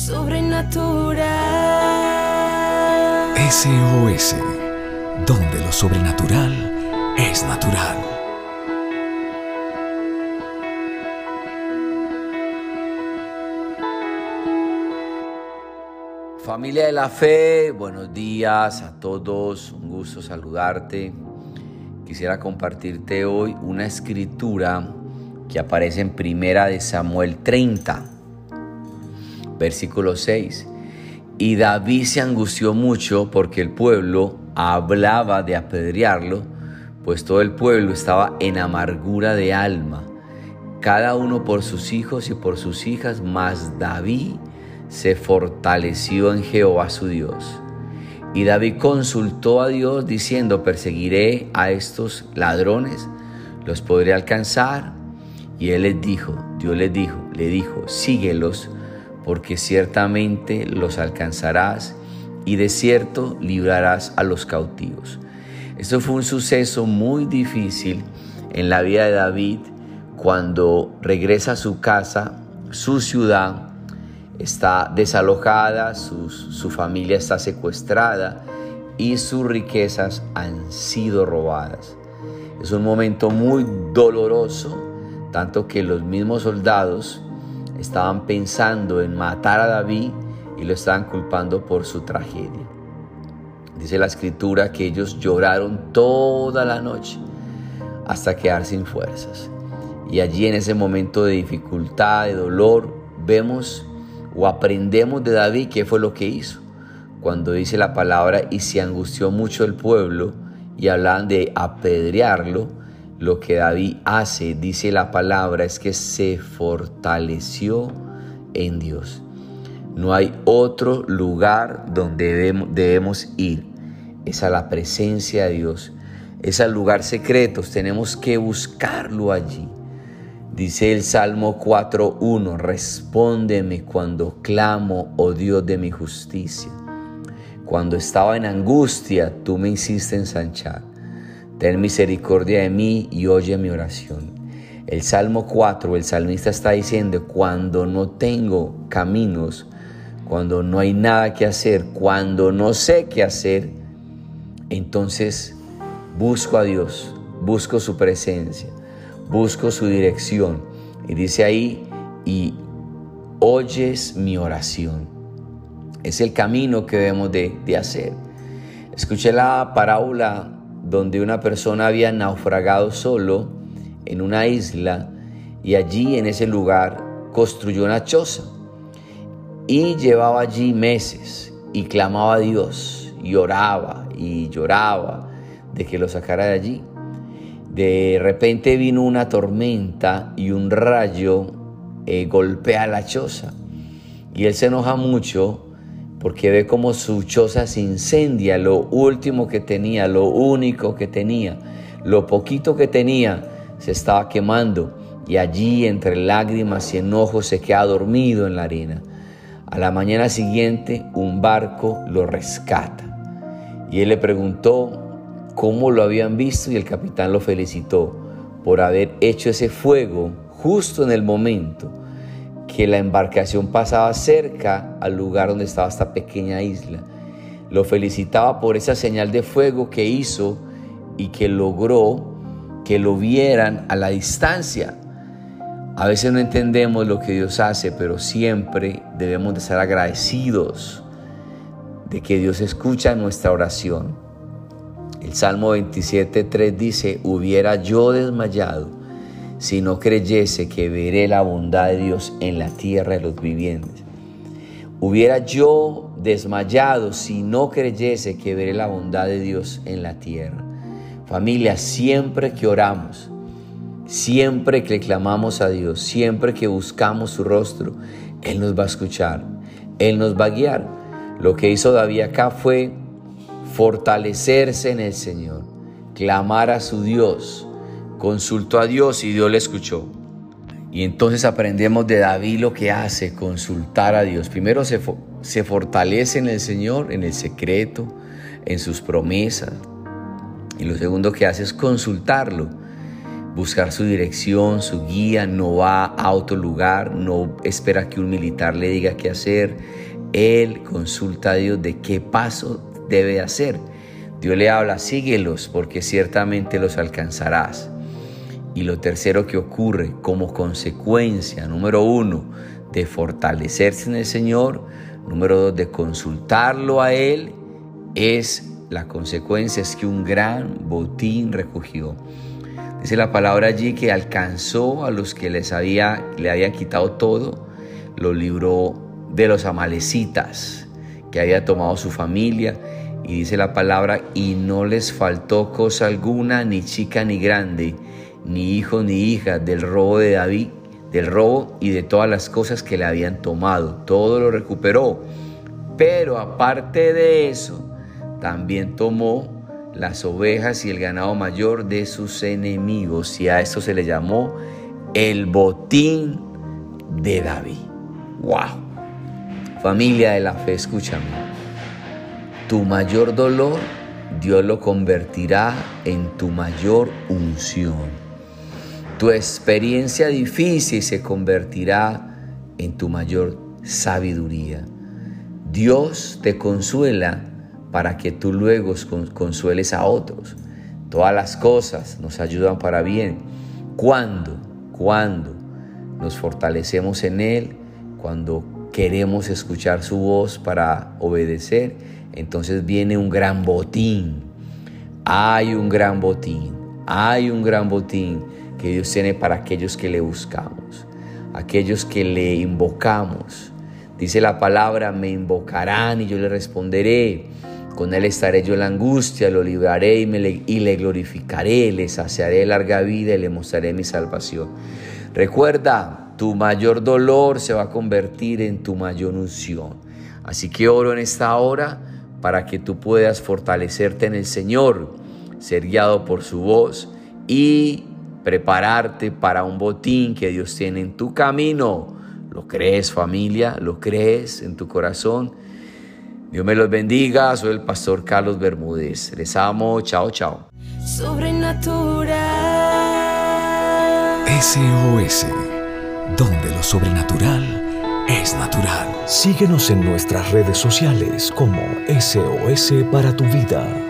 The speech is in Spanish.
sobrenatural. SOS, donde lo sobrenatural es natural. Familia de la fe, buenos días a todos, un gusto saludarte. Quisiera compartirte hoy una escritura que aparece en Primera de Samuel 30, versículo 6. Y David se angustió mucho porque el pueblo hablaba de apedrearlo, pues todo el pueblo estaba en amargura de alma, cada uno por sus hijos y por sus hijas, mas David se fortaleció en Jehová su Dios. Y David consultó a Dios diciendo: ¿perseguiré a estos ladrones? ¿Los podré alcanzar? Y él le dijo, síguelos, porque ciertamente los alcanzarás y de cierto librarás a los cautivos. Esto fue un suceso muy difícil en la vida de David cuando regresa a su casa, su ciudad está desalojada, su familia está secuestrada y sus riquezas han sido robadas. Es un momento muy doloroso, tanto que los mismos soldados estaban pensando en matar a David y lo estaban culpando por su tragedia. Dice la escritura que ellos lloraron toda la noche hasta quedar sin fuerzas. Y allí, en ese momento de dificultad, de dolor, vemos o aprendemos de David qué fue lo que hizo. Cuando dice la palabra, y se angustió mucho el pueblo, y hablan de apedrearlo, lo que David hace, dice la palabra, es que se fortaleció en Dios. No hay otro lugar donde debemos ir. Es a la presencia de Dios. Es al lugar secreto. Tenemos que buscarlo allí. Dice el Salmo 4:1, respóndeme cuando clamo, oh Dios de mi justicia. Cuando estaba en angustia, tú me hiciste ensanchar. Ten misericordia de mí y oye mi oración. El Salmo 4, el salmista está diciendo: cuando no tengo caminos, cuando no hay nada que hacer, cuando no sé qué hacer, entonces busco a Dios, busco su presencia, busco su dirección. Y dice ahí: y oyes mi oración. Es el camino que debemos de hacer. Escuché la parábola donde una persona había naufragado solo en una isla y allí, en ese lugar, construyó una choza y llevaba allí meses y clamaba a Dios y oraba y lloraba de que lo sacara de allí. De repente vino una tormenta y un rayo golpea la choza y él se enoja mucho porque ve como su choza se incendia. Lo último que tenía, lo único que tenía, lo poquito que tenía se estaba quemando, y allí entre lágrimas y enojos se queda dormido en la arena. A la mañana siguiente un barco lo rescata y él le preguntó cómo lo habían visto, y el capitán lo felicitó por haber hecho ese fuego justo en el momento que la embarcación pasaba cerca al lugar donde estaba esta pequeña isla. Lo felicitaba por esa señal de fuego que hizo y que logró que lo vieran a la distancia. A veces no entendemos lo que Dios hace, pero siempre debemos de estar agradecidos de que Dios escucha nuestra oración. El Salmo 27:3 dice: hubiera yo desmayado si no creyese que veré la bondad de Dios en la tierra de los vivientes. Hubiera yo desmayado si no creyese que veré la bondad de Dios en la tierra. Familia, siempre que oramos, siempre que clamamos a Dios, siempre que buscamos su rostro, Él nos va a escuchar, Él nos va a guiar. Lo que hizo David acá fue fortalecerse en el Señor, clamar a su Dios, consultó a Dios y Dios le escuchó. Y entonces aprendemos de David lo que hace: consultar a Dios. Primero se fortalece en el Señor, en el secreto, en sus promesas. Y lo segundo que hace es consultarlo. buscar su dirección, su guía, no va a otro lugar, no espera que un militar le diga qué hacer. Él consulta a Dios de qué paso debe hacer. Dios le habla, síguelos porque ciertamente los alcanzarás. Y lo tercero que ocurre como consecuencia, número 1, de fortalecerse en el Señor, número 2, de consultarlo a Él, la consecuencia es que un gran botín recogió. Dice la palabra allí que alcanzó a los que le habían quitado todo, los libró de los amalecitas que había tomado su familia, y dice la palabra, y no les faltó cosa alguna, ni chica ni grande, ni hijo ni hija, del robo de David, del robo y de todas las cosas que le habían tomado. Todo lo recuperó. Pero aparte de eso, también tomó las ovejas y el ganado mayor de sus enemigos, y a esto se le llamó el botín de David. ¡Wow! Familia de la fe, escúchame. Tu mayor dolor, Dios lo convertirá en tu mayor unción. Tu experiencia difícil se convertirá en tu mayor sabiduría. Dios te consuela para que tú luego consueles a otros. Todas las cosas nos ayudan para bien. ¿Cuándo? Cuando nos fortalecemos en Él, cuando queremos escuchar su voz para obedecer, entonces viene un gran botín. Hay un gran botín que Dios tiene para aquellos que le buscamos, aquellos que le invocamos. Dice la palabra, me invocarán y yo le responderé. Con Él estaré yo en la angustia, lo libraré y le glorificaré, le saciaré larga vida y le mostraré mi salvación. Recuerda, tu mayor dolor se va a convertir en tu mayor unción. Así que oro en esta hora para que tú puedas fortalecerte en el Señor, ser guiado por su voz y prepararte para un botín que Dios tiene en tu camino. ¿Lo crees, familia? ¿Lo crees en tu corazón? Dios me los bendiga. Soy el pastor Carlos Bermúdez. Les amo. Chao, chao. Sobrenatural. SOS, donde lo sobrenatural es natural. Síguenos en nuestras redes sociales como SOS para tu vida.